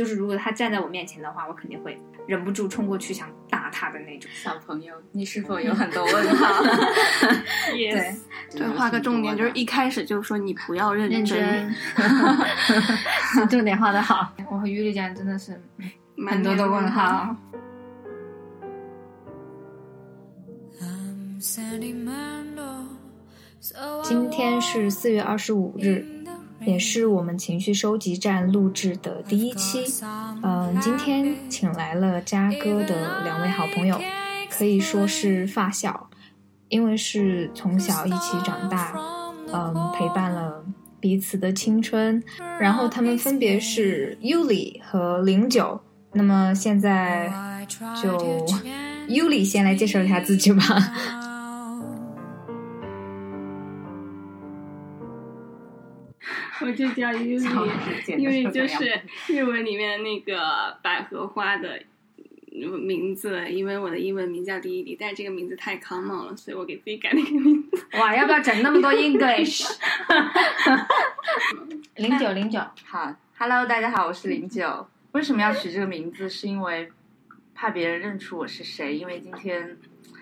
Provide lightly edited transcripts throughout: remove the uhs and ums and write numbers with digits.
就是如果他站在我面前的话，我肯定会忍不住冲过去想打他的那种。 小朋友，你是否有很多问号？ 对，画个重点，就是一开始就说你不要认真。 重点画得好。我和于丽讲真的是很多的问号。今天是4月25日，也是我们情绪收集站录制的第一期。今天请来了嘉哥的2位好朋友，可以说是发小，因为是从小一起长大，陪伴了彼此的青春。然后他们分别是 Yuli 和09。那么现在就 Yuli 先来介绍一下自己吧。 我就叫 Yuli 就是日文里面那个百合花的名字，因为我的英文名叫莉莉，但是这个名字太 common 了，所以我给自己改了一个名字。 哇，要不要整那么多 English？ 09 好 ，Hello， 大家好，我是09。为什么要取这个名字？是因为怕别人认出我是谁，因为今天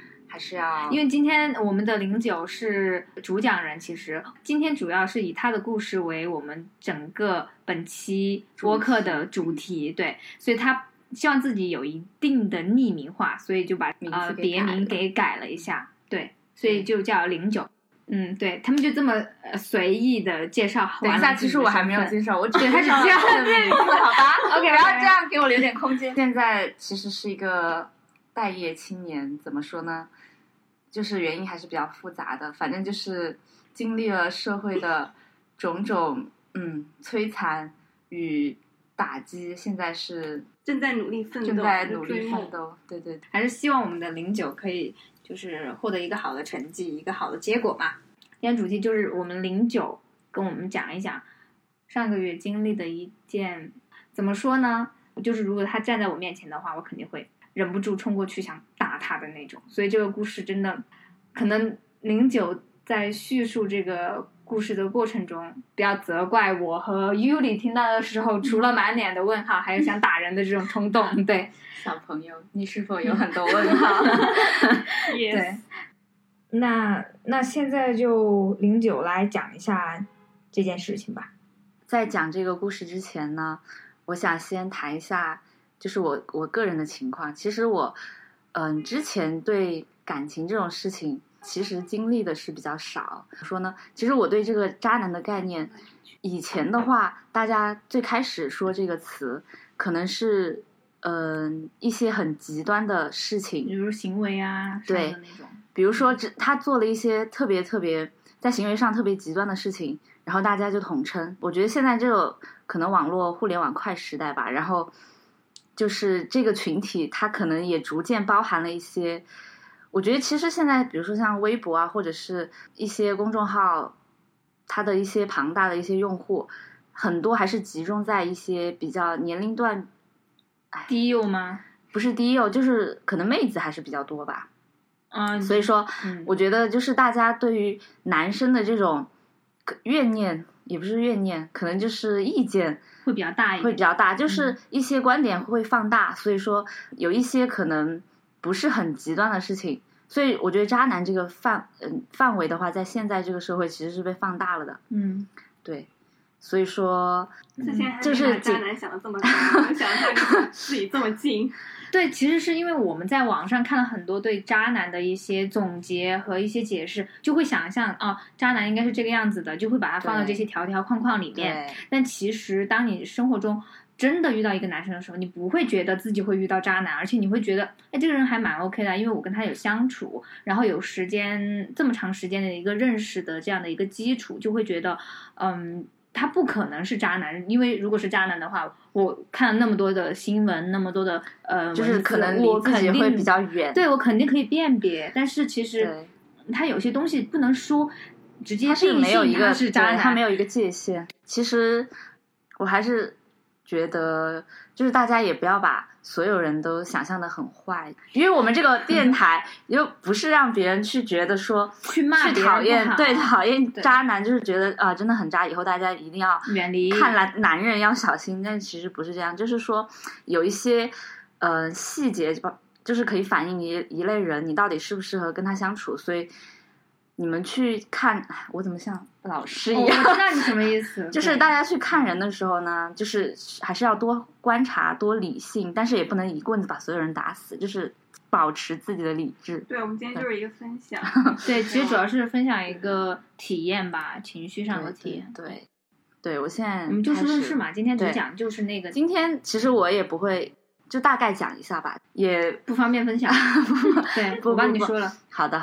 我们的09是主讲人，其实今天主要是以他的故事为我们整个本期播客的主题，对，所以他希望自己有一定的匿名化，所以就把别名给改了一下，对，所以就叫09。对，他们就这么随意的介绍。 等一下，其实我还没有介绍，我只对他只这样的名字，好吧 ？OK， 不要这样，给我留点空间。现在其实是一个待业青年，怎么说呢？就是原因还是比较复杂的，反正就是经历了社会的种种摧残与打击，现在是正在努力奋斗，对， 还是希望我们的09可以就是获得一个好的成绩，一个好的结果嘛。今天主题就是我们09跟我们讲一讲上个月经历的一件，怎么说呢？就是如果他站在我面前的话，我肯定会忍不住冲过去想打他的那种。所以这个故事真的，可能09在叙述这个故事的过程中，不要责怪我和 Yuli 听到的时候，除了满脸的问号，还有想打人的这种冲动。对， 小朋友，你是否有很多问号？ 对，那现在就09来讲一下这件事情吧。 在讲这个故事之前呢，我想先谈一下，就是我个人的情况。其实我之前对感情这种事情其实经历的是比较少。怎么说呢？其实我对这个渣男的概念，以前的话大家最开始说这个词可能是一些很极端的事情， 比如行为啊， 对， 那种， 比如说他做了一些特别在行为上特别极端的事情，然后大家就统称。我觉得现在这个可能网络互联网快时代吧，然后就是这个群体它可能也逐渐包含了一些，我觉得其实现在比如说像微博啊，或者是一些公众号，它的一些庞大的一些用户，很多还是集中在一些比较年龄段低幼吗？ 不是低幼，就是可能妹子还是比较多吧。所以说我觉得就是大家对于男生的这种怨念，也不是怨念，可能就是意见会比较大， 就是一些观点会放大，所以说有一些可能不是很极端的事情，所以我觉得渣男这个范围的话，在现在这个社会其实是被放大了的。对，所以说就是渣男想的这么大，没想到他离自己这么近。 对，其实是因为我们在网上看了很多对渣男的一些总结和一些解释，就会想象渣男应该是这个样子的，就会把它放到这些条条框框里面。但其实当你生活中真的遇到一个男生的时候，你不会觉得自己会遇到渣男，而且你会觉得这个人还蛮 OK 的，因为我跟他有相处，然后有这么长时间的一个认识的这样的一个基础，就会觉得他不可能是渣男，因为如果是渣男的话，我看了那么多的新闻，那么多的就是可能离自己会比较远， 对，我肯定可以辨别，但是其实他有些东西不能说直接定性他是渣男， 他没有一个界限。其实我还是觉得就是大家也不要把所有人都想象的很坏，因为我们这个电台又不是让别人去觉得说去骂别人去讨厌， 不好对，讨厌渣男，就是觉得真的很渣，以后大家一定要远离， 看男人要小心。但其实不是这样，就是说有一些细节就是可以反映一类人你到底适不适合跟他相处，所以你们去看，我怎么像老师一样？ 我知道你什么意思。 就是大家去看人的时候呢，就是还是要多观察、多理性，但是也不能一棍子把所有人打死，就是保持自己的理智。 对，我们今天就是一个分享。 对，其实主要是分享一个体验吧，情绪上的体验。 对，我现在我们就事论事嘛，今天只讲就是那个。 今天其实我也不会，就大概讲一下吧，也不方便分享。对，我帮你说了。 好的。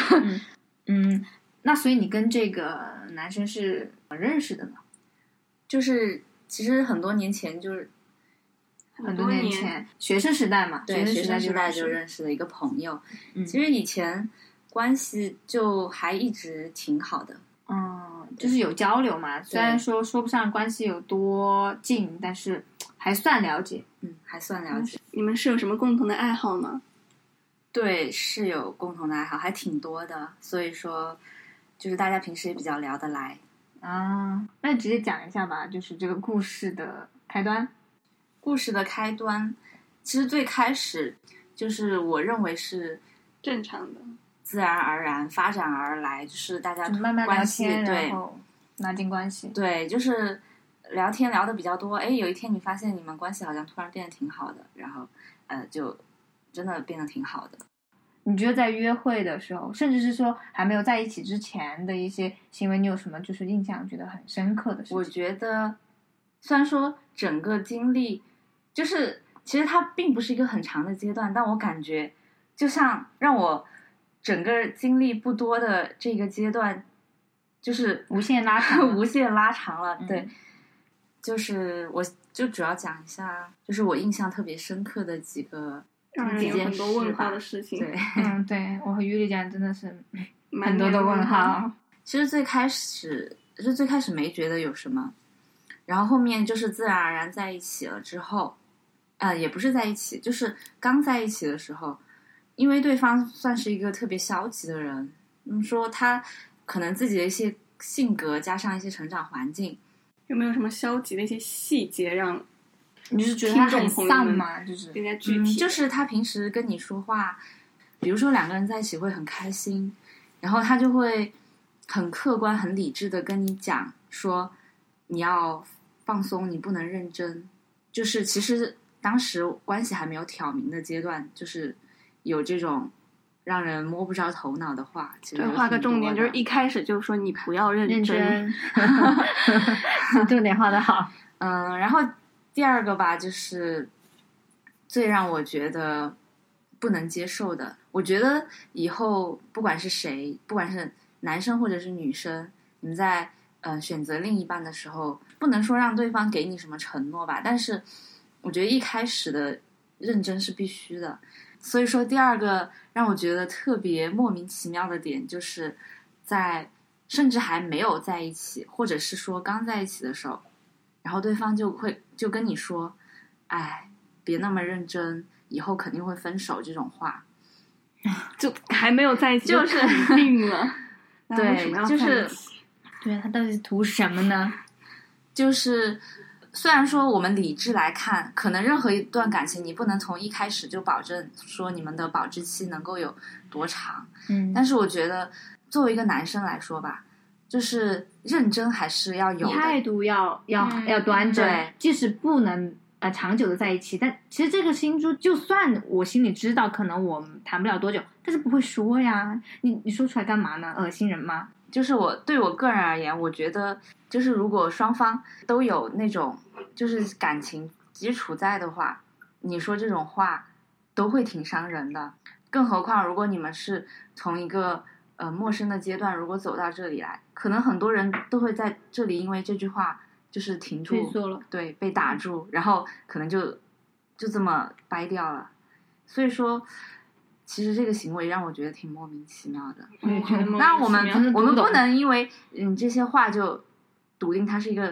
那所以你跟这个男生是认识的呢？ 就是其实很多年前，就是很多年前学生时代嘛， 对，学生时代就认识了一个朋友。其实以前关系就还一直挺好的。 就是有交流嘛，虽然说不上关系有多近，但是还算了解。 还算了解。 你们是有什么共同的爱好吗？ 对，是有共同的爱好，还挺多的，所以说就是大家平时也比较聊得来啊。那直接讲一下吧，就是这个故事的开端。 故事的开端，其实最开始就是我认为是正常的， 自然而然发展而来，就是大家慢慢聊天， 对， 然后拉近关系。 对，就是聊天聊得比较多，有一天你发现你们关系好像突然变得挺好的，然后就真的变得挺好的。 你觉得在约会的时候，甚至是说还没有在一起之前的一些行为，你有什么就是印象觉得很深刻的事情？ 我觉得虽然说整个经历就是其实它并不是一个很长的阶段，但我感觉就像让我整个经历不多的这个阶段就是无限拉长无限拉长了。对，就是我就主要讲一下就是我印象特别深刻的几个让人有很多问号的事情。 对， 对，我和于丽讲真的是很多的问号。 其实最开始没觉得有什么，然后后面就是自然而然在一起了之后，也不是在一起，就是刚在一起的时候，因为对方算是一个特别消极的人，说他可能自己的一些性格加上一些成长环境， 有没有什么消极的一些细节让你就是觉得他很丧吗？就是更加具体， 就是他平时跟你说话，比如说两个人在一起会很开心，然后他就会很客观很理智的跟你讲说你要放松，你不能认真，就是其实当时关系还没有挑明的阶段，就是有这种让人摸不着头脑的话。其实对，画个重点，就是一开始就说你不要认真。 重点画得好。 然后第二个吧，就是最让我觉得不能接受的，我觉得以后不管是谁，不管是男生或者是女生，你们在选择另一半的时候，不能说让对方给你什么承诺吧，但是我觉得一开始的认真是必须的。所以说第二个让我觉得特别莫名其妙的点，就是在甚至还没有在一起，或者是说刚在一起的时候，然后对方就跟你说，哎，别那么认真，以后肯定会分手，这种话。 就还没有在一起就是肯定了。 对，就是对，他到底是图什么呢？ 就是虽然说我们理智来看，可能任何一段感情你不能从一开始就保证说你们的保质期能够有多长，但是我觉得作为一个男生来说吧，就是认真还是要有的， 态度要端正， 对， 即使不能长久的在一起，但其实这个心珠，就算我心里知道可能我们谈不了多久，但是不会说呀，你说出来干嘛呢？恶心人吗？ 就是对我个人而言，我觉得就是如果双方都有那种就是感情基础在的话，你说这种话都会挺伤人的。更何况如果你们是从一个陌生的阶段，如果走到这里来，可能很多人都会在这里因为这句话就是停住，对，被打住，然后可能就这么掰掉了。所以说其实这个行为让我觉得挺莫名其妙的。那我们不能因为这些话就笃定他是一个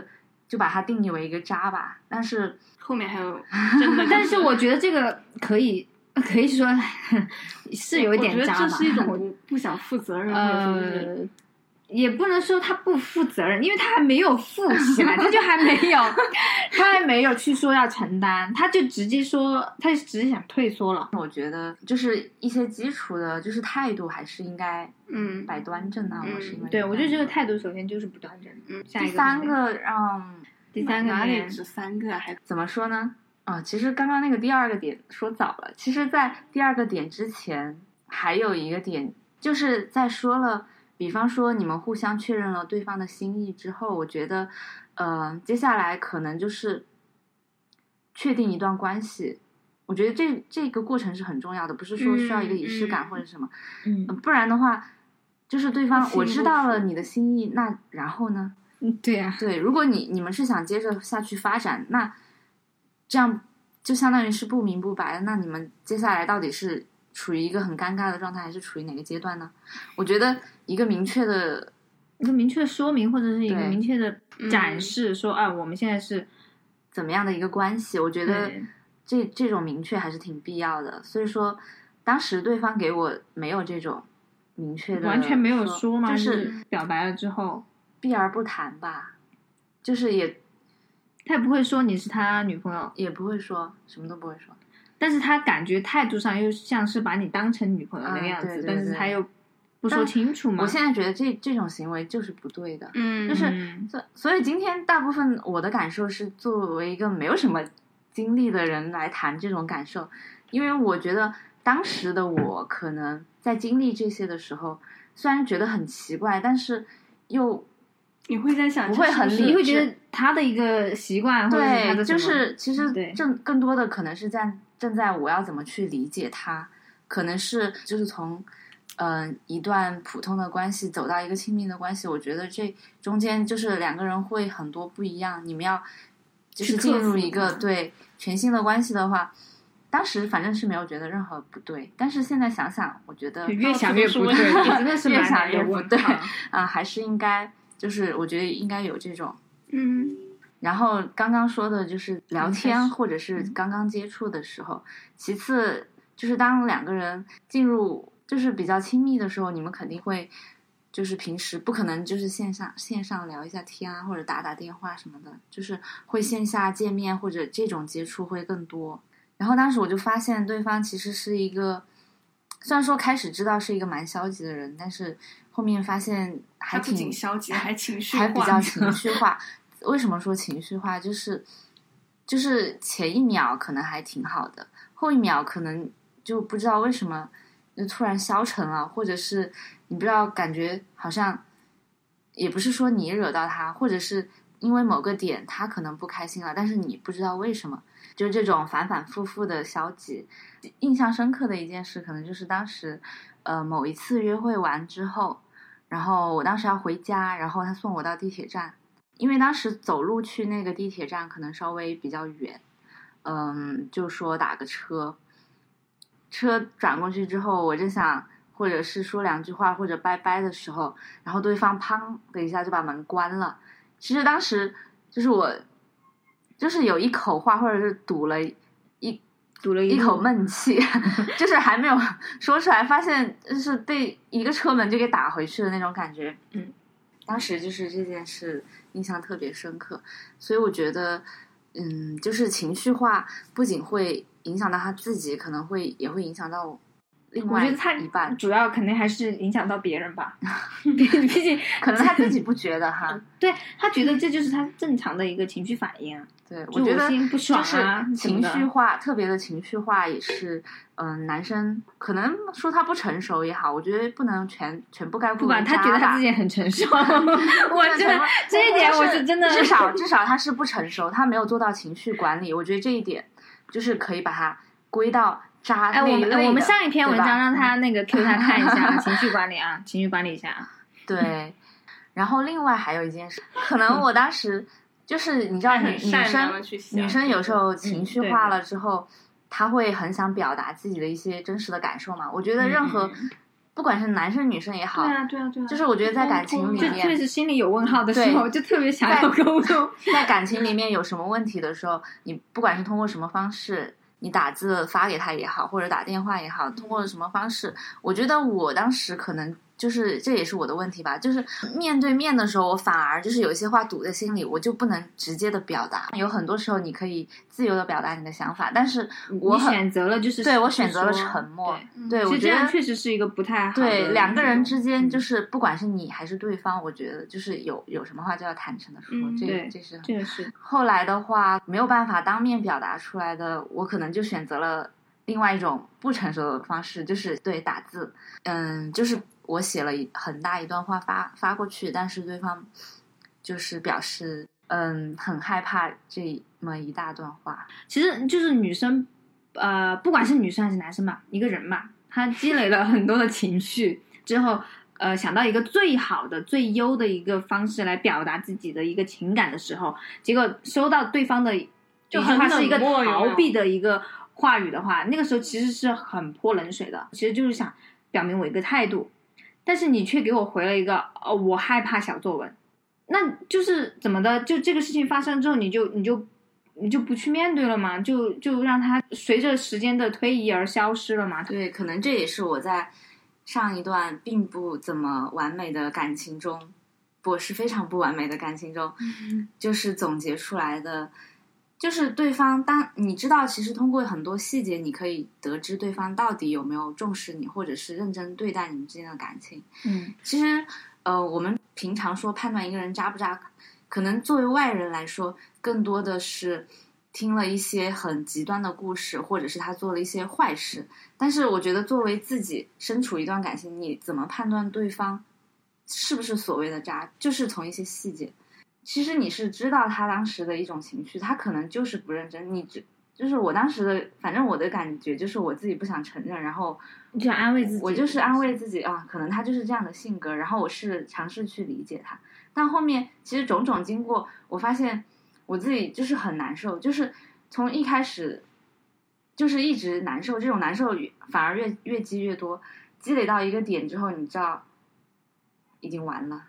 就把它定义为一个渣吧。但是后面还有真的， 但是我觉得这个可以说是有一点渣吧。 我觉得这是一种不想负责任，或者说是也不能说他不负责任，因为他还没有负起来，他还没有去说要承担，他就直接说他只是想退缩了。 我觉得就是一些基础的，就是态度还是应该摆端正的。我是因为对，我觉得这个态度首先就是不端正。 第三个哪里只3个还怎么说呢？其实刚刚那个第2个点说早了，其实在第2个点之前还有一个点，就是在说了。比方说你们互相确认了对方的心意之后，我觉得接下来可能就是确定一段关系。我觉得这个过程是很重要的，不是说需要一个仪式感或者什么。不然的话就是对方我知道了你的心意，那然后呢？ 对呀， 对，如果你们是想接着下去发展，那这样就相当于是不明不白的。那你们接下来到底是处于一个很尴尬的状态，还是处于哪个阶段呢？我觉得一个明确的说明，或者是一个明确的展示，说我们现在是怎么样的一个关系，我觉得这种明确还是挺必要的。所以说当时对方给我没有这种明确的， 完全没有说吗？ 就是表白了之后避而不谈吧，就是他也不会说你是他女朋友， 也不会说，什么都不会说。 但是他感觉态度上又像是把你当成女朋友那个样子， 对对对， 但是他又不说清楚嘛。 我现在觉得这种行为就是不对的， 就是所以今天大部分我的感受是作为一个没有什么经历的人来谈这种感受，因为我觉得当时的我可能在经历这些的时候，虽然觉得很奇怪，但是又你会在想不会很理智， 你会觉得他的一个习惯，或者是他的对，就是其实对更多的可能是正在我要怎么去理解他，可能是就是从一段普通的关系走到一个亲密的关系，我觉得这中间就是2个人会很多不一样，你们要就是进入一个对全新的关系的话，当时反正是没有觉得任何不对，但是现在想想，我觉得越想越不对，真的是越想越不对还是应该就是我觉得应该有这种然后刚刚说的就是聊天或者是刚刚接触的时候，其次就是当2个人进入就是比较亲密的时候，你们肯定会就是平时不可能就是线上聊一下天啊，或者打电话什么的，就是会线下见面或者这种接触会更多。然后当时我就发现对方其实是一个，虽然说开始知道是一前蛮消极的人，但是后面发现还挺不仅消极，还情绪化， 还比较情绪化。为什么说情绪化？就是前一秒可能还挺好的，后一秒可能就不知道为什么就突然消沉了，或者是你不知道感觉好像也不是说你惹到他，或者是因为某个点他可能不开心了，但是你不知道为什么，就这种反反复复的消极。印象深刻的一件事可能就是当时某一次约会完之后，然后我当时要回家，然后他送我到地铁站，因为当时走路去那个地铁站可能稍微比较远，就说打个车转过去之后，我正想或者是说2句话或者拜拜的时候，然后对方砰的一下就把门关了。其实当时就是我就是有一口话或者是堵了一口闷气就是还没有说出来，发现就是被一个车门就给打回去的那种感觉。当时就是这件事印象特别深刻，所以我觉得就是情绪化不仅会影响到他自己，可能也会影响到另外一半。 我觉得他主要肯定还是影响到别人吧毕竟可能他自己不觉得哈对，他觉得这就是他正常的一个情绪反应啊。 对，我觉得不爽啊， 就是情绪化特别的情绪化也是男生可能说他不成熟也好，我觉得不能全部概括为渣吧。 他觉得他自己很成熟我觉得这一点我是真的至少他是不成熟，他没有做到情绪管理，我觉得这一点就是可以把它归到渣那一类的。 我们上一篇文章让他那个 Q 他看一下情绪管理啊，情绪管理一下对。 然后另外还有一件事，可能我当时就是你知道女生有时候情绪化了之后她会很想表达自己的一些真实的感受嘛。我觉得任何不管是男生女生也好， 对啊， 就是我觉得在感情里面， 就确实心里有问号的时候，就特别想要沟通。 在感情里面有什么问题的时候，你不管是通过什么方式，你打字发给他也好，或者打电话也好，通过什么方式，我觉得我当时可能就是这也是我的问题吧，就是面对面的时候，我反而就是有一些话堵在心里，我就不能直接的表达。有很多时候你可以自由的表达你的想法，但是我选择了就是对我选择了沉默。对，我觉得这样确实是一个不太好的。 对，两个人之间就是不管是你还是对方，我觉得就是有什么话就要坦诚的说。 这是后来的话没有办法当面表达出来的，我可能就选择了另外一种不成熟的方式，就是对打字。就是我写了很大一段话发过去，但是对方就是表示很害怕这么一大段话。 其实就是女生不管是女生还是男生吧，一个人嘛，他积累了很多的情绪之后想到一个最好的最优的一个方式来表达自己的一个情感的时候，结果收到对方的一句话是一个逃避的一个话语的话，那个时候其实是很泼冷水的，其实就是想表明我一个态度，但是你却给我回了一个我害怕小作文，那就是怎么的？就这个事情发生之后，你就不去面对了嘛？就让它随着时间的推移而消失了嘛？ 对，可能这也是我在上一段并不怎么完美的感情中，不是非常不完美的感情中，就是总结出来的。就是对方，当你知道其实通过很多细节你可以得知对方到底有没有重视你，或者是认真对待你们之间的感情。其实我们平常说判断一个人渣不渣，可能作为外人来说更多的是听了一些很极端的故事，或者是他做了一些坏事。但是我觉得作为自己身处一段感情，你怎么判断对方是不是所谓的渣，就是从一些细节。其实你是知道他当时的一种情绪，他可能就是不认真，就是我当时的，反正我的感觉就是我自己不想承认，然后你就安慰自己， 我就是安慰自己啊，可能他就是这样的性格，然后我是尝试去理解他，但后面其实种种经过，我发现我自己就是很难受，就是从一开始就是一直难受，这种难受反而越积越多，积累到一个点之后，你知道已经完了。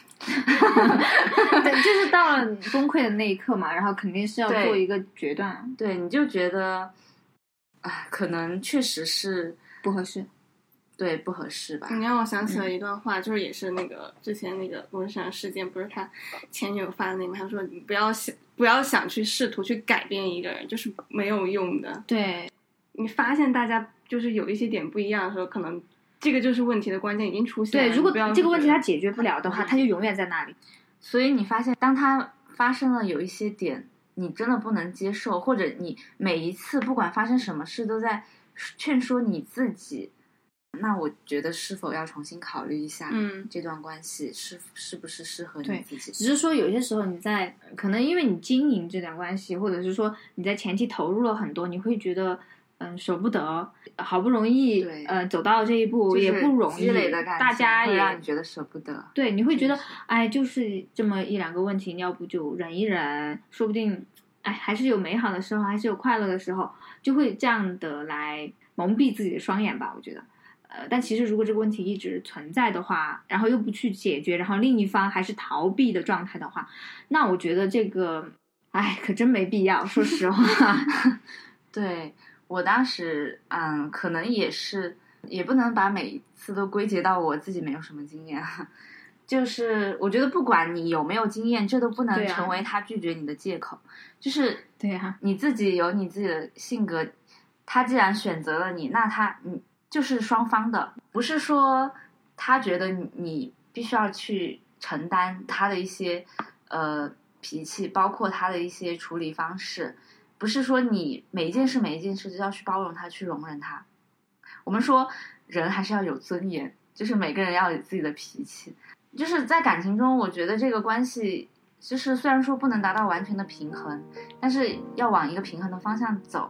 对，就是到了崩溃的那一刻嘛，然后肯定是要做一个决断。 对，你就觉得可能确实是不合适。 对，不合适吧。 你让我想起了一段话，就是也是那个之前那个温莎事件，不是他前女友发的那个，他说你不要想去试图去改变一个人，就是没有用的。 对， 你发现大家就是有一些点不一样的时候，可能这个就是问题的关键已经出现了。 对，如果这个问题它解决不了的话，它就永远在那里。 所以你发现当它发生了有一些点你真的不能接受，或者你每一次不管发生什么事都在劝说你自己，那我觉得是否要重新考虑一下这段关系是不是适合你自己。 只是说有些时候你在可能因为你经营这段关系，或者是说你在前期投入了很多，你会觉得舍不得，好不容易走到这一步也不容易， 积累的感情大家也会让你觉得舍不得。 对，你会觉得哎，就是这么一两个问题，你要不就忍一忍，说不定哎还是有美好的时候，还是有快乐的时候，就会这样的来蒙蔽自己的双眼吧，我觉得。但其实如果这个问题一直存在的话，然后又不去解决，然后另一方还是逃避的状态的话，那我觉得这个哎可真没必要，说实话。 对，我当时可能也不能把每一次都归结到我自己没有什么经验，就是我觉得不管你有没有经验，这都不能成为他拒绝你的借口。就是对呀， 你自己有你自己的性格，他既然选择了你，那你就是双方的，不是说他觉得你必须要去承担他的一些脾气，包括他的一些处理方式，不是说你每一件事都要去包容他，去容忍他。我们说人还是要有尊严，就是每个人要有自己的脾气。就是在感情中，我觉得这个关系就是虽然说不能达到完全的平衡，但是要往一个平衡的方向走。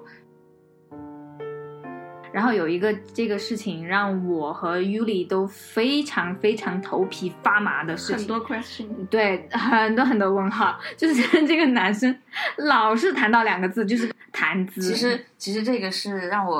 然后有一个这个事情让我和 Yuli 都非常非常头皮发麻的事情， 很多 question， 对，很多问号，就是这个男生老是谈到两个字，就是谈资。 其实这个是让我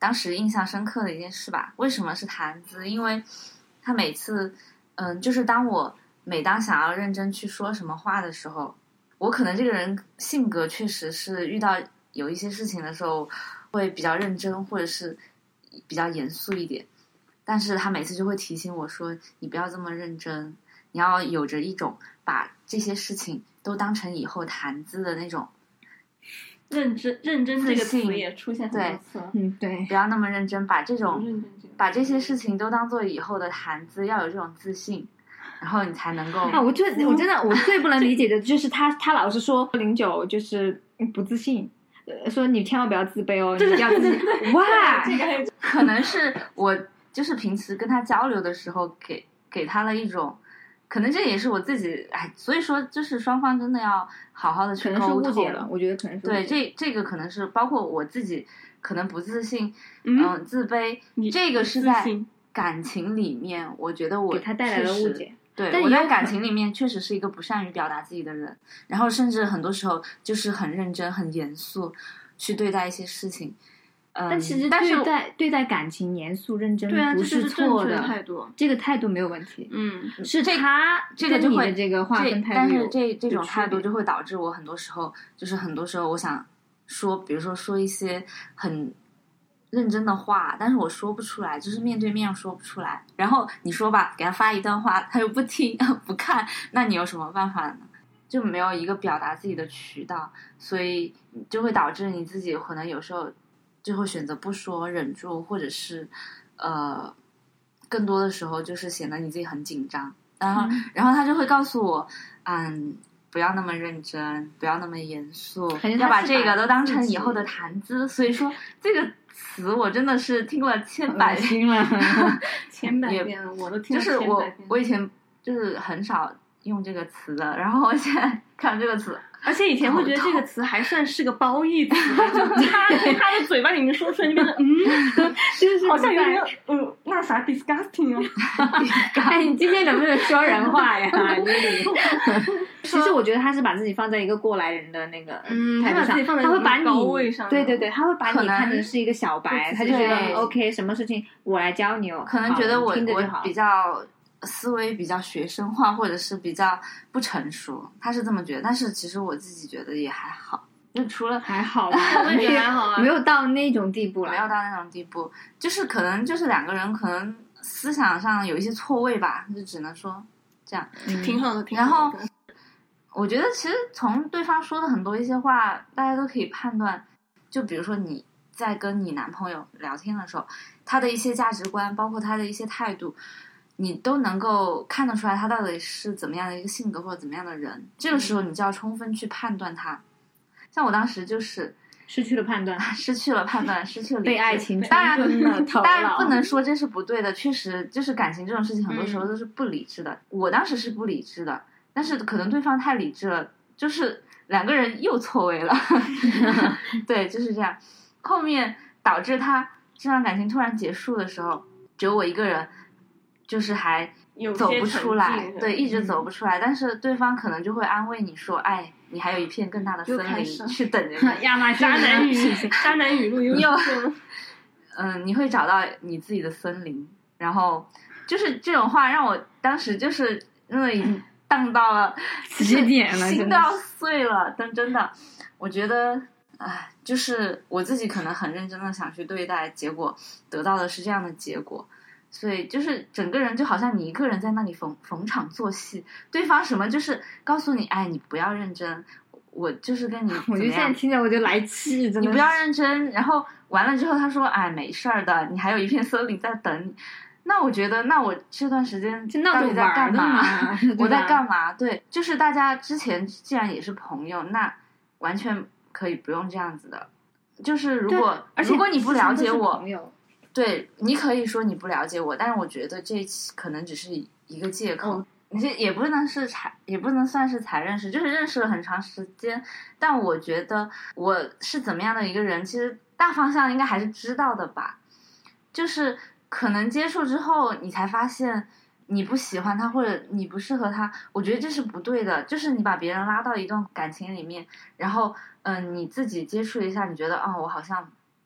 当时印象深刻的一件事吧。为什么是谈资？因为他每次就是每当想要认真去说什么话的时候，我可能这个人性格确实是遇到有一些事情的时候会比较认真，或者是比较严肃一点，但是他每次就会提醒我说，你不要这么认真，你要有着一种把这些事情都当成以后谈资的那种认真这个词也出现很多次了。 对， 不要那么认真，把这些事情都当做以后的谈资，要有这种自信，然后你才能够我真的我最不能理解的就是他老是说09就是不自信，说你千万不要自卑哦，你一定要自信。哇， 这个可能是我就是平时跟他交流的时候给他了一种，可能这也是我自己所以说就是双方真的要好好的去沟通。 可能是误解了，我觉得可能是对，这个可能是包括我自己可能不自信，自卑，这个是在感情里面，我觉得我给他带来了误解。 对，我在感情里面确实是一个不善于表达自己的人，然后甚至很多时候就是很认真、很严肃去对待一些事情。 但其实对待感情严肃认真不是错的态度， 这个态度没有问题。是他这个就会这个划分态度， 但是这种态度就会导致我很多时候我想说，比如说一些很认真的话，但是我说不出来，就是面对面说不出来。然后你说吧，给他发一段话，他又不听不看，那你有什么办法呢？就没有一个表达自己的渠道，所以就会导致你自己可能有时候就会选择不说，忍住，或者是更多的时候就是显得你自己很紧张。然后他就会告诉我，不要那么认真，不要那么严肃，要把这个都当成以后的谈资。所以说这个词我真的是听了千百遍了， 千百遍了，我都听了千百遍。 就是我以前就是很少用这个词的，然后我现在看这个词， 而且以前会觉得这个词还算是个褒义词，就他的嘴巴里面说出来就变得就是好像有点那啥 disgusting 哦。你今天能不能说人话呀？其实我觉得他是把自己放在一个过来人的那个态度上，他会把你对，他会把你看成是一个小白，他就觉得 OK， 什么事情我来教你， 可能觉得我比较思维比较学生化，或者是比较不成熟，他是这么觉得。但是其实我自己觉得也还好，就除了还好吧， 我也觉得还好啊， 没有到那种地步了， 没有到那种地步，就是可能就是两个人可能思想上有一些错位吧，就只能说这样， 挺好的。 然后我觉得其实从对方说的很多一些话，大家都可以判断，就比如说你在跟你男朋友聊天的时候，他的一些价值观，包括他的一些态度，你都能够看得出来他到底是怎么样的一个性格或者怎么样的人。这个时候你就要充分去判断他。像我当时就是失去了判断， 失去了理智， 被爱情当然当然不能说这是不对的，确实就是感情这种事情很多时候都是不理智的。我当时是不理智的，但是可能对方太理智了，就是两个人又错位了对，就是这样。后面导致他这段感情突然结束的时候，只有我一个人就是还走不出来，对，一直走不出来。但是对方可能就会安慰你说，你还有一片更大的森林去等着你。 亚马逊渣男语录又你会找到你自己的森林。然后就是这种话让我当时就是真的已经荡到了极点了， 心都要碎了。但真的我觉得就是我自己可能很认真的想去对待，结果得到的是这样的结果。所以就是整个人就好像你一个人在那里逢场作戏，对方什么就是告诉你，你不要认真，我就是跟你怎么样， 我就现在听着我就来气，真的你不要认真。然后完了之后他说，没事儿的，你还有一片森林在等你。那我觉得，那我这段时间到底在干嘛？我在干嘛？对，就是大家之前既然也是朋友，那完全可以不用这样子的。就是如果你不了解我，对，你可以说你不了解我，但是我觉得这可能只是一个借口。你这也不能算是才认识，就是认识了很长时间。但我觉得我是怎么样的一个人，其实大方向应该还是知道的吧。就是可能接触之后，你才发现你不喜欢他或者你不适合他，我觉得这是不对的。就是你把别人拉到一段感情里面，然后你自己接触一下，你觉得我好像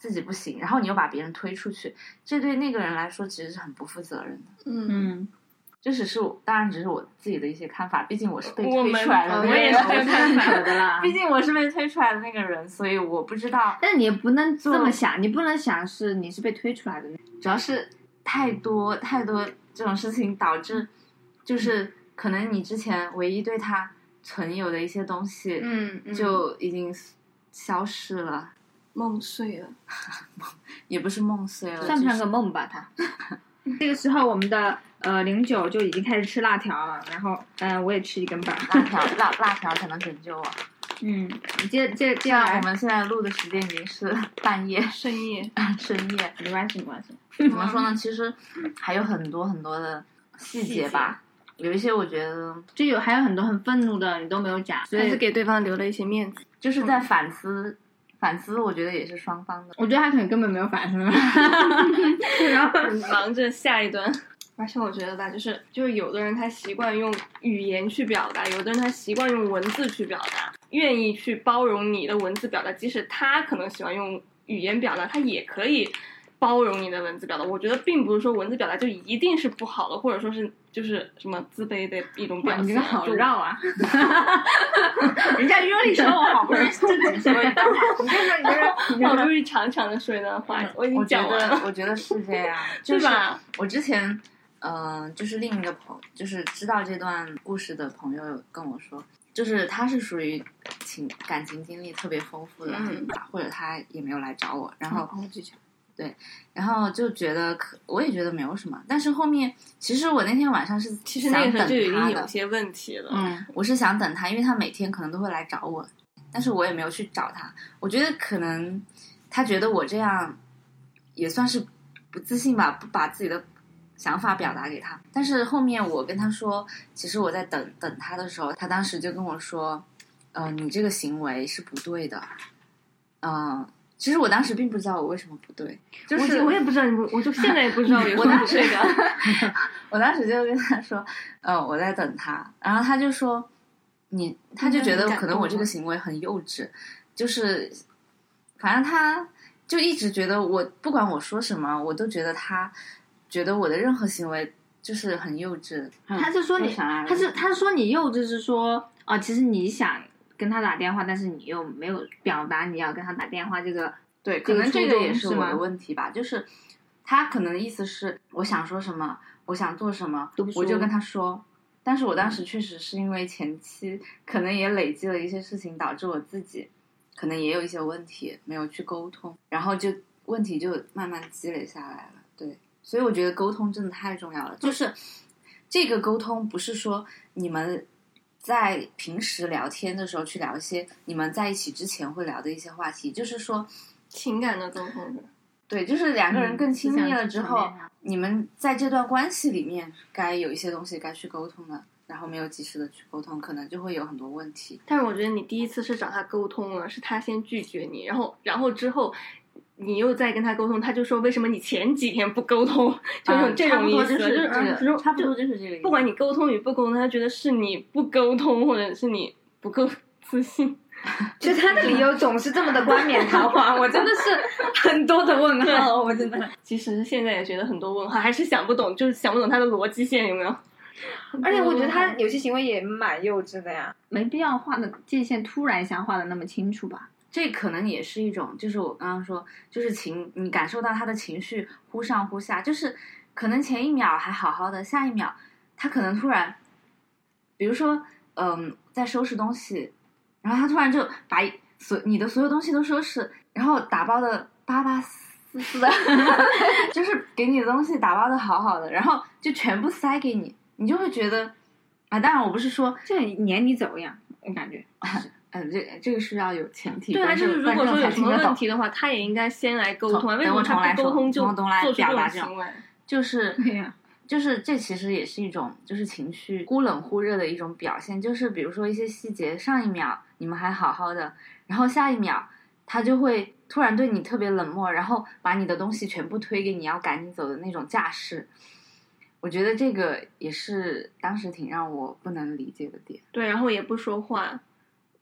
自己不行，然后你又把别人推出去，这对那个人来说其实是很不负责任的。这当然只是我自己的一些看法，毕竟我是被推出来的那个人， 我也是这个看法的啦。 毕竟我是被推出来的那个人，所以我不知道。 但你也不能这么想，你不能想是你是被推出来的， 主要是太多这种事情导致，就是可能你之前唯一对他存有的一些东西，就已经消失了， 梦碎了， 也不是梦碎了， 算不上个梦吧，他。这个时候我们的09就已经开始吃辣条了，然后我也吃一根吧。 辣条才能拯救我。 接这样我们现在录的时间已经是半夜深夜， 没关系。 怎么说呢？其实还有很多很多的细节吧，有一些我觉得还有很多很愤怒的你都没有讲，所以还是给对方留了一些面子， 就是在反思。反思我觉得也是双方的， 我觉得他可能根本没有反思， 然后忙着下一段。而且我觉得吧，就是有的人他习惯用语言去表达，有的人他习惯用文字去表达，愿意去包容你的文字表达，即使他可能喜欢用语言表达，他也可以包容你的文字表达。我觉得并不是说文字表达就一定是不好的，或者说是就是什么自卑的一种表现。 你这个好绕啊！人家约你说我好不容易正经说一段话，你好不容易长长的说一段话，我已经讲完了。 我觉得是这样， 是吧？ 我之前就是另一个就是知道这段故事的朋友有跟我说，就是他是属于感情经历特别丰富的，或者他也没有来找我，然后对，然后就觉得我也觉得没有什么，但是后面其实我那天晚上是其实那个时候就已经有些问题了， 我是想等他，因为他每天可能都会来找我，但是我也没有去找他，我觉得可能他觉得我这样也算是不自信吧，不把自己的想法表达给他。但是后面我跟他说，其实我在等他的时候，他当时就跟我说，你这个行为是不对的，其实我当时并不知道我为什么不对，就是我也不知道，我就现在也不知道有什么不对的。 我当时就跟他说，我在等他，然后他就说，他就觉得可能我这个行为很幼稚，就是反正他就一直觉得我不管我说什么，我都觉得他觉得我的任何行为就是很幼稚。 他是说他说你幼稚是说其实你想跟他打电话，但是你又没有表达你要跟他打电话这个。 对，可能这个也是我的问题吧，就是他可能的意思是我想说什么，我想做什么，我就跟他说。但是我当时确实是因为前期可能也累积了一些事情，导致我自己可能也有一些问题没有去沟通，然后就问题就慢慢积累下来了。对，所以我觉得沟通真的太重要了，就是这个沟通不是说你们在平时聊天的时候去聊一些你们在一起之前会聊的一些话题，就是说情感的沟通。 对，就是两个人更亲密了之后，你们在这段关系里面该有一些东西该去沟通的，然后没有及时的去沟通，可能就会有很多问题。 但是我觉得你第一次是找他沟通了，是他先拒绝你，然后之后你又再跟他沟通，他就说为什么你前几天不沟通，就是这种意思，就是差不多就是这个意思。 不管你沟通与不沟通，他觉得是你不沟通，或者是你不够自信。 就他的理由总是这么的冠冕堂皇，我真的是很多的问号，我真的。 其实现在也觉得很多问号，还是想不懂，就是想不懂他的逻辑线有没有。 而且我觉得他有些行为也蛮幼稚的呀，没必要画的界限突然想画的那么清楚吧。 这可能也是一种，就是我刚刚说，就是你感受到他的情绪忽上忽下，就是可能前一秒还好好的，下一秒他可能突然，比如说在收拾东西。然后他突然就把你的所有东西都收拾，然后打包的巴巴丝丝的，就是给你的东西打包的好好的，然后就全部塞给你，你就会觉得当然我不是说这撵你走呀，我感觉这个是要有前提。 对啊，就是如果说有什么问题的话，他也应该先来沟通。为什么他不沟通就做出这种行为？ 就是对呀。就是这其实也是一种就是情绪忽冷忽热的一种表现，就是比如说一些细节，上一秒你们还好好的，然后下一秒他就会突然对你特别冷漠，然后把你的东西全部推给你，要赶你走的那种架势。我觉得这个也是当时挺让我不能理解的点。 对，然后也不说话，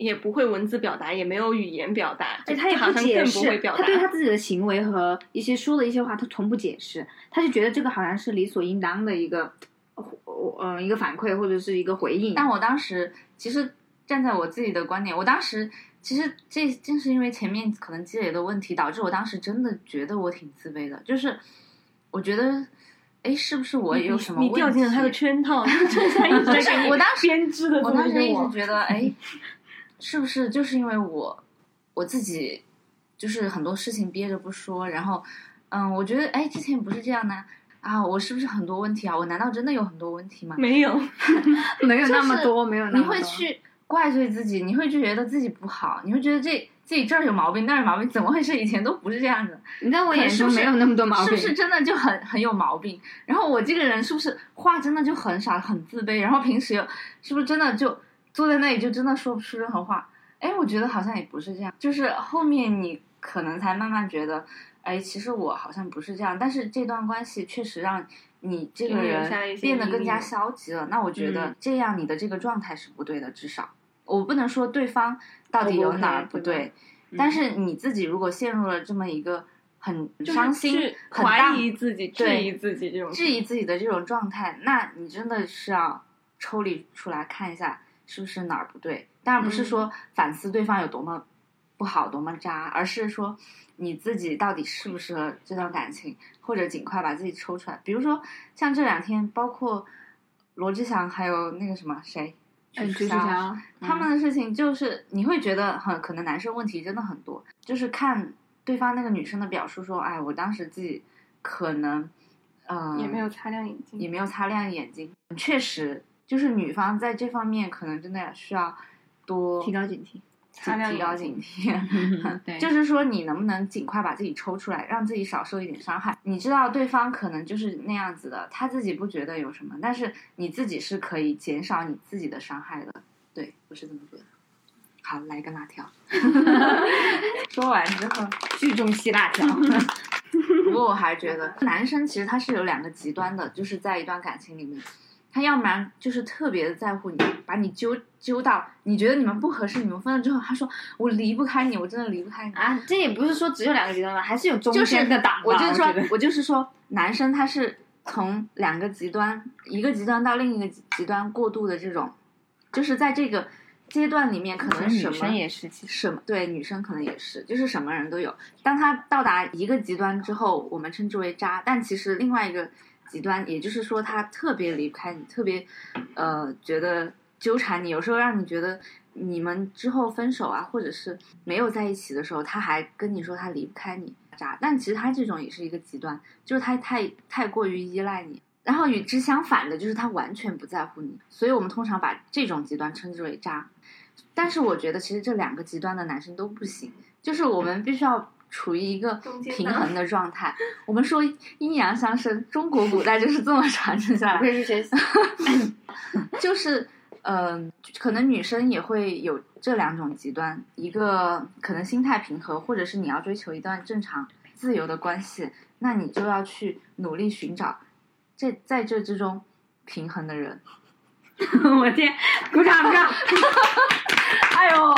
也不会文字表达，也没有语言表达， 他也好像更不会表达。 他对他自己的行为和一些说的一些话，他从不解释，他就觉得这个好像是理所应当的一个反馈或者是一个回应。 但我当时其实站在我自己的观点，我当时其实这正是因为前面可能积累的问题，导致我当时真的觉得我挺自卑的，就是我觉得。哎，是不是我有什么问题？ 你掉进了他的圈套， 我当时编织的。 我当时一直觉得，哎，是不是就是因为我自己就是很多事情憋着不说，然后我觉得哎，之前不是这样的啊，我是不是很多问题啊？我难道真的有很多问题吗？ 没有， 没有那么多，没有那么多。 你会去怪罪自己，你会觉得自己不好，你会觉得自己这儿有毛病那儿有毛病，怎么回事？以前都不是这样的。 你在我眼中没有那么多毛病， 是不是真的就很有毛病？然后我这个人是不是话真的就很少，很自卑？然后平时是不是真的就坐在那里就真的说不出任何话？哎，我觉得好像也不是这样，就是后面你可能才慢慢觉得，哎，其实我好像不是这样。但是这段关系确实让你这个人变得更加消极了。那我觉得这样你的这个状态是不对的，至少我不能说对方到底有哪儿不对。但是你自己如果陷入了这么一个很伤心、很怀疑自己、质疑自己的这种状态，那你真的是要抽离出来看一下是不是哪儿不对。当然不是说反思对方有多么不好、多么渣，而是说你自己到底适不适合这段感情，或者尽快把自己抽出来。比如说像这2天，包括罗志祥还有那个什么谁。 朱志强他们的事情就是你会觉得可能男生问题真的很多，就是看对方那个女生的表述说，哎，我当时自己可能也没有擦亮眼睛， 确实就是女方在这方面可能真的需要多提高警惕。 提高警惕对，就是说你能不能尽快把自己抽出来，让自己少受一点伤害。你知道对方可能就是那样子的，他自己不觉得有什么，但是你自己是可以减少你自己的伤害的。对，我是这么觉得。好，来个辣条说完之后剧中吸辣条不过我还觉得男生其实他是有2个极端的，就是在一段感情里面，他要不然就是特别的在乎你，把你揪到你觉得你们不合适，你们分了之后，他说我离不开你，我真的离不开你啊！这也不是说只有2个极端吧，还是有中间的档吧。 我就是说男生他是从2个极端，一个极端到另一个极端过渡的这种，就是在这个阶段里面可能什么女生也是， 什么对女生可能也是，就是什么人都有。当他到达一个极端之后，我们称之为渣，但其实另外一个极端，也就是说他特别离不开你，特别觉得纠缠你，有时候让你觉得你们之后分手啊，或者是没有在一起的时候，他还跟你说他离不开你渣，但其实他这种也是一个极端，就是他太过于依赖你。然后与之相反的就是他完全不在乎你，所以我们通常把这种极端称之为渣。但是我觉得其实这2个极端的男生都不行，就是我们必须要处于一个平衡的状态。我们说阴阳相生，中国古代就是这么传承下来。 不会去学习就是可能女生也会有这2种极端，一个可能心态平和，或者是你要追求一段正常自由的关系，那你就要去努力寻找在这之中平衡的人。 我天，鼓掌鼓掌哎呦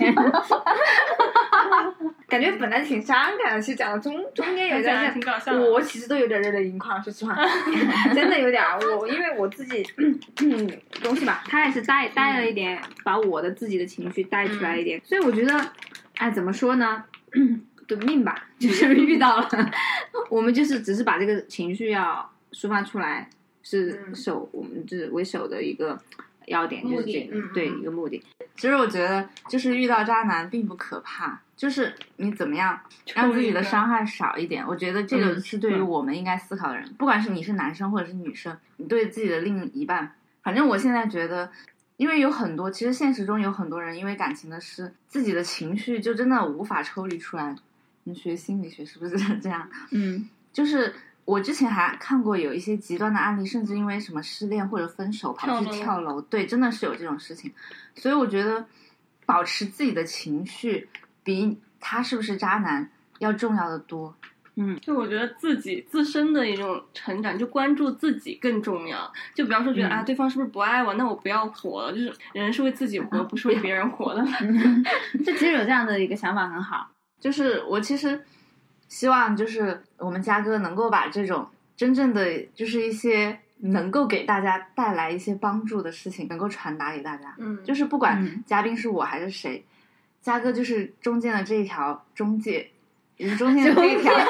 感觉本来挺伤感的，其实讲到中间有点挺搞笑的。 我其实都有点热泪盈眶，说实话真的有点。因为我自己东西吧，他也是带了一点，把我的自己的情绪带出来一点，所以我觉得哎，怎么说呢的命吧，就是遇到了我们就是只是把这个情绪要抒发出来，是我们是为首的一个要点，就是这个对一个目的。 其实我觉得就是遇到渣男并不可怕，就是你怎么样让自己的伤害少一点，我觉得这个是对于我们应该思考的人，不管是你是男生或者是女生，你对自己的另一半，反正我现在觉得，因为有很多其实现实中有很多人因为感情的事，自己的情绪就真的无法抽离出来。你学心理学是不是这样？就是我之前还看过有一些极端的案例，甚至因为什么失恋或者分手跑去跳楼，对，真的是有这种事情。所以我觉得保持自己的情绪比他是不是渣男要重要的多。 就我觉得自身的一种成长，就关注自己更重要。就不要说觉得对方是不是不爱我，那我不要活了。就是人是为自己活，不是为别人活的。 这其实有这样的一个想法很好。 就是我其实希望就是我们嘉哥能够把这种真正的就是一些能够给大家带来一些帮助的事情能够传达给大家。就是不管嘉宾是我还是谁，嘉哥就是中间的这一条中介，也是中间的这一条。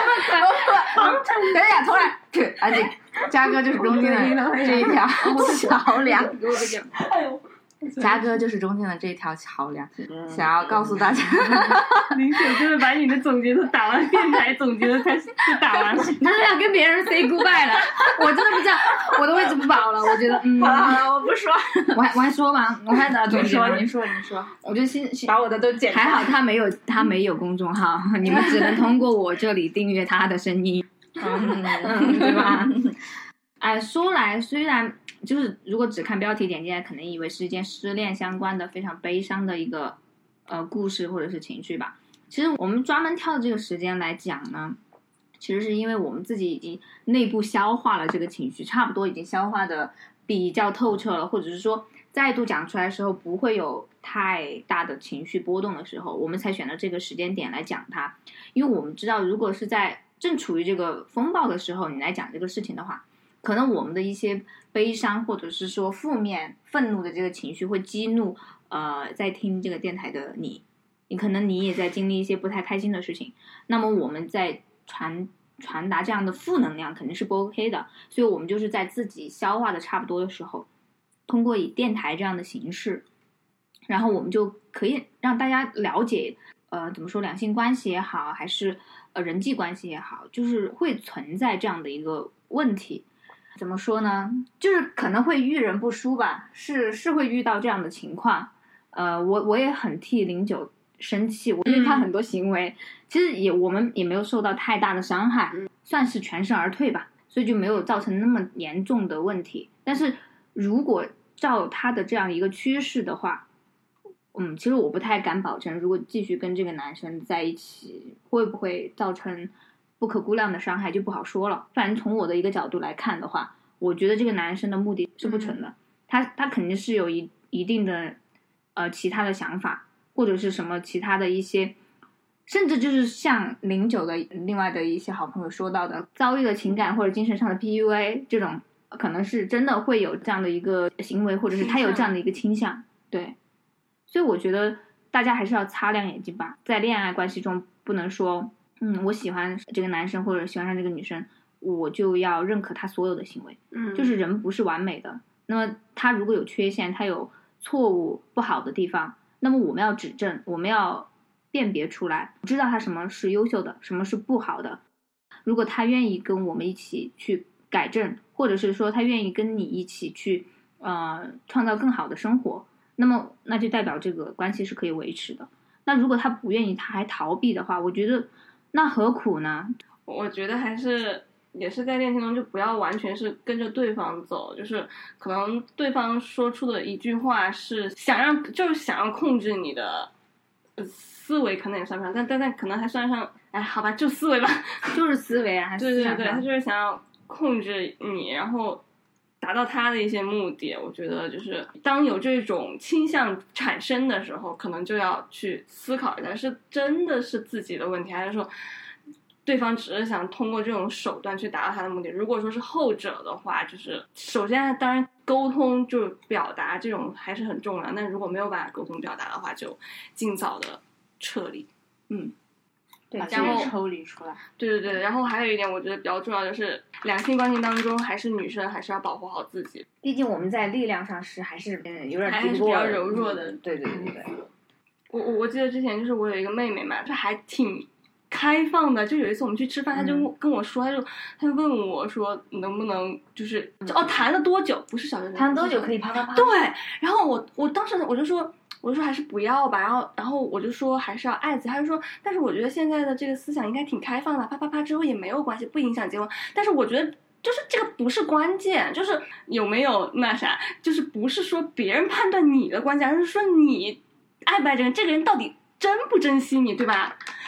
等一下，重来，安静。嘉哥就是中间的这一条桥梁。 哎呦。 嘉哥就是中间的这一条桥梁，想要告诉大家， 林雪真的把你的总结都打完，电台总结的才就打完了， 他是要跟别人 say goodbye 了，我真的不知道我的位置不保了，我觉得好了，我不说， 我还说吗？我还总结吗？您说， 我觉得把我的都剪， 还好他没有公众号，你们只能通过我这里订阅他的声音，对吧？哎，说来虽然就是如果只看标题点进来，可能以为是一件失恋相关的非常悲伤的一个故事或者是情绪吧。其实我们专门挑的这个时间来讲呢，其实是因为我们自己已经内部消化了这个情绪，差不多已经消化的比较透彻了，或者是说再度讲出来的时候不会有太大的情绪波动的时候，我们才选了这个时间点来讲它。因为我们知道，如果是在正处于这个风暴的时候你来讲这个事情的话，可能我们的一些悲伤或者是说负面愤怒的这个情绪会激怒在听这个电台的你可能你也在经历一些不太开心的事情，那么我们在传达这样的负能量肯定是不 OK 的，所以我们就是在自己消化的差不多的时候，通过以电台这样的形式，然后我们就可以让大家了解怎么说两性关系也好，还是人际关系也好，就是会存在这样的一个问题。怎么说呢，就是可能会遇人不淑吧，是会遇到这样的情况。我也很替09生气，因为他很多行为其实我们也没有受到太大的伤害，算是全身而退吧，所以就没有造成那么严重的问题。但是如果照他的这样一个趋势的话，其实我不太敢保证，如果继续跟这个男生在一起，会不会造成不可估量的伤害就不好说了。反正从我的一个角度来看的话，我觉得这个男生的目的是不纯的，他肯定是有一定的其他的想法，或者是什么其他的一些，甚至就是像09的另外的一些好朋友说到的，遭遇了情感或者精神上的 PUA 这种，可能是真的会有这样的一个行为，或者是他有这样的一个倾向。对，所以我觉得大家还是要擦亮眼睛吧，在恋爱关系中不能说我喜欢这个男生或者喜欢上这个女生，我就要认可他所有的行为。就是人不是完美的，那么他如果有缺陷，他有错误不好的地方，那么我们要指正，我们要辨别出来，知道他什么是优秀的，什么是不好的。如果他愿意跟我们一起去改正，或者是说他愿意跟你一起去创造更好的生活，那就代表这个关系是可以维持的。那如果他不愿意，他还逃避的话，我觉得那何苦呢？ 我觉得也是在恋情中就不要完全是跟着对方走，就是可能对方说出的一句话是想要控制你的思维，可能也算不上，但可能还算上，好吧，就思维吧， 就是思维啊， 对，他就是想要控制你，然后达到他的一些目的。我觉得就是当有这种倾向产生的时候，可能就要去思考一下，是真的是自己的问题，还是说对方只是想通过这种手段去达到他的目的。如果说是后者的话，就是首先当然沟通就表达这种还是很重要，但如果没有办法沟通表达的话，就尽早的撤离。 对， 然后抽离出来。 对，然后还有一点我觉得比较重要，就是两性关系当中还是女生还是要保护好自己， 毕竟我们在力量上还是有点比较柔弱的。 对。 我记得之前就是我有一个妹妹嘛，她还挺开放的，就有一次我们去吃饭，她就跟我说，她就问我说能不能就是谈了多久，不是小学生谈多久可以啪啪啪。 对，然后我当时我就说还是不要吧，然后我就说还是要爱自己，他就说但是我觉得现在的这个思想应该挺开放的，啪啪啪之后也没有关系，不影响结婚。但是我觉得就是这个不是关键，就是有没有那啥，就是不是说别人判断你的关键，而是说你爱不爱这个人，这个人到底珍不珍惜你，对吧？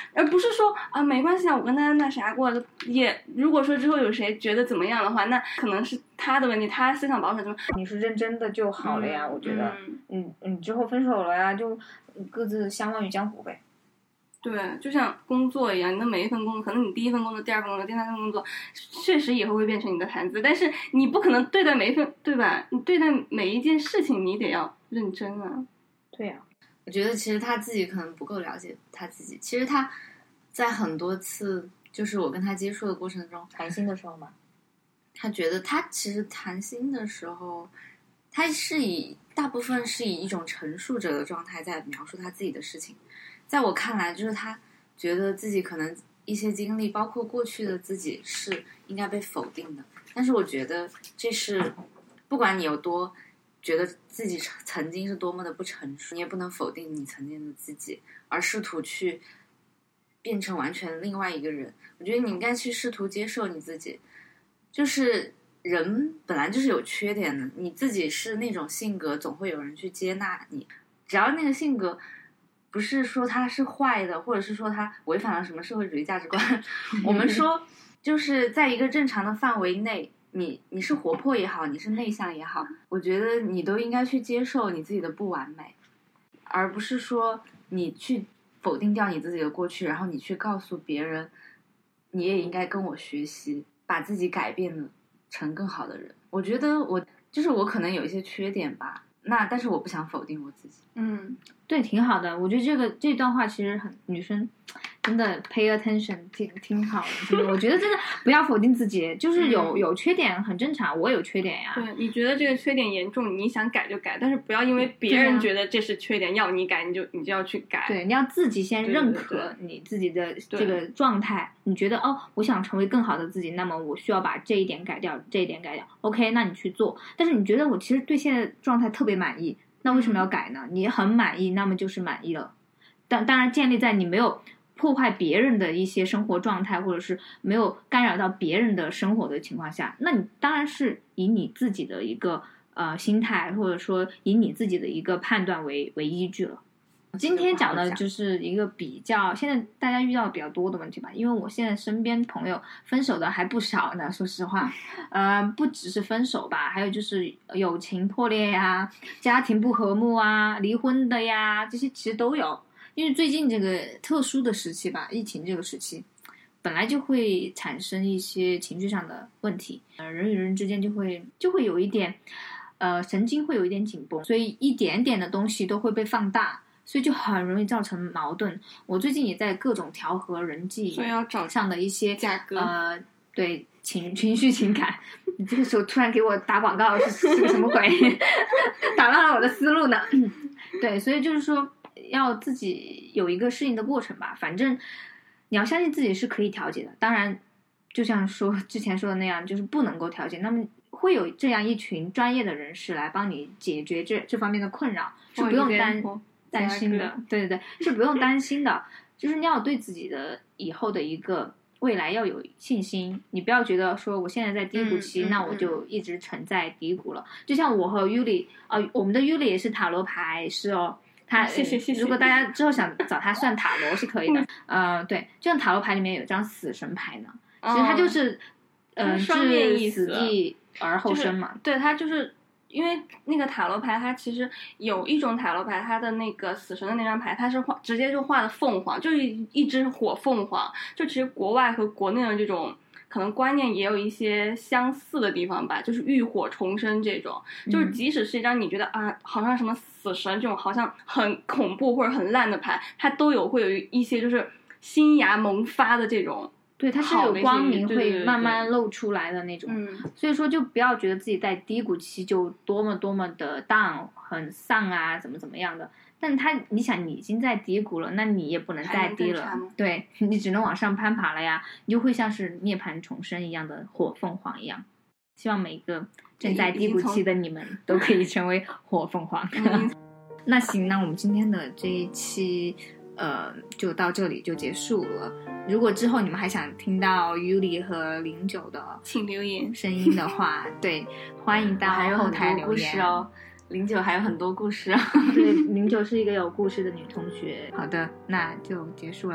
而不是说啊没关系啊，我跟他那啥过，也如果说之后有谁觉得怎么样的话，那可能是他的问题，他思想保守怎么， 你是认真的就好了呀，我觉得，你之后分手了呀，就各自相忘于江湖呗。 对，就像工作一样，你的每一份工作，可能你第一份工作、第二份工作、第三份工作，确实以后会变成你的谈资，但是你不可能对待每一份，对吧？你对待每一件事情，你得要认真啊。 对呀， 我觉得其实他自己可能不够了解他自己。其实他在很多次就是我跟他接触的过程中， 谈心的时候嘛， 他觉得他其实谈心的时候，他是大部分是以一种陈述者的状态在描述他自己的事情。在我看来，就是他觉得自己可能一些经历，包括过去的自己是应该被否定的。但是我觉得这是不管你有多觉得自己曾经是多么的不成熟，你也不能否定你曾经的自己，而试图去变成完全另外一个人。我觉得你应该去试图接受你自己，就是人本来就是有缺点的，你自己是那种性格，总会有人去接纳你。只要那个性格不是说他是坏的，或者是说他违反了什么社会主义价值观我们说就是在一个正常的范围内，你是活泼也好，你是内向也好，我觉得你都应该去接受你自己的不完美，而不是说你去否定掉你自己的过去，然后你去告诉别人你也应该跟我学习，把自己改变成更好的人。我觉得我可能有一些缺点吧，但是我不想否定我自己。 对，挺好的。我觉得这段话其实很女生真的 pay attention 挺好的。真的我觉得真的不要否定自己，就是有缺点很正常，我有缺点呀。 对，你觉得这个缺点严重，你想改就改，但是不要因为别人觉得这是缺点，要你改你就要去改。 对，你要自己先认可你自己的这个状态。你觉得我想成为更好的自己，那么我需要把这一点改掉，这一点改掉。OK， 那你去做。但是你觉得我其实对现在的状态特别满意，那为什么要改呢？你很满意，那么就是满意了。当然建立在你没有破坏别人的一些生活状态，或者是没有干扰到别人的生活的情况下，那你当然是以你自己的一个心态，或者说以你自己的一个判断为依据了。今天讲的就是一个比较现在大家遇到比较多的问题吧，因为我现在身边朋友分手的还不少呢，说实话，不只是分手吧，还有就是友情破裂呀、家庭不和睦啊、离婚的呀，这些其实都有。因为最近这个特殊的时期吧，疫情这个时期，本来就会产生一些情绪上的问题，人与人之间就会有一点，神经会有一点紧绷，所以一点点的东西都会被放大。所以就很容易造成矛盾。我最近也在各种调和人际上的一些对情绪情感。你这个时候突然给我打广告是个什么鬼？打乱了我的思路呢。对，所以就是说要自己有一个适应的过程吧。反正你要相信自己是可以调节的。当然，就像之前说的那样，就是不能够调节，那么会有这样一群专业的人士来帮你解决这方面的困扰，是不用担心的。对，是不用担心的。就是你要对自己的以后的一个未来要有信心，你不要觉得说我现在在低谷期，那我就一直沉在低谷了。就像我和 Yuli 我们的 Yuli 也是塔罗牌师哦。他谢谢。 如果大家之后想找他算塔罗是可以的。对，就像塔罗牌里面有张死神牌呢，其实它就是双面意思， 死地而後生嘛。 对，它就是因为那个塔罗牌，它其实有一种塔罗牌，它的那个死神的那张牌，它是直接就画的凤凰，就是一只火凤凰。就其实国外和国内的这种可能观念也有一些相似的地方吧，就是浴火重生这种。就是即使是一张你觉得好像什么死神这种好像很恐怖或者很烂的牌，它会有一些就是新芽萌发的这种。 对，它是有光明会慢慢露出来的那种。所以说就不要觉得自己在低谷期就多么多么的 down 很丧啊怎么样的。但你想你已经在低谷了，那你也不能再低了。对，你只能往上攀爬了呀，你就会像是涅槃重生一样的火凤凰一样。希望每一个正在低谷期的你们都可以成为火凤凰。那行，那我们今天的这一期就到这里就结束了。如果之后你们还想听到 Yuli 和09的请留言声音的话，对，欢迎到后台留言哦。09还有很多故事对，09是一个有故事的女同学。好的，那就结束啦。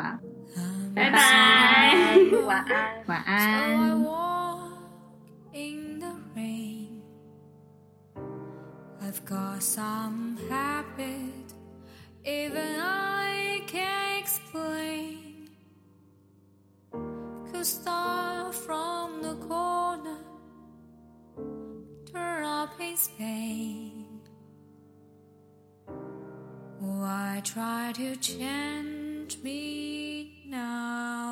拜拜， 晚安， 晚安。 So I walk in the rain. I've got some habit, even I can't explain. Could start from the corner, turn up in Spain. Why try to change me now?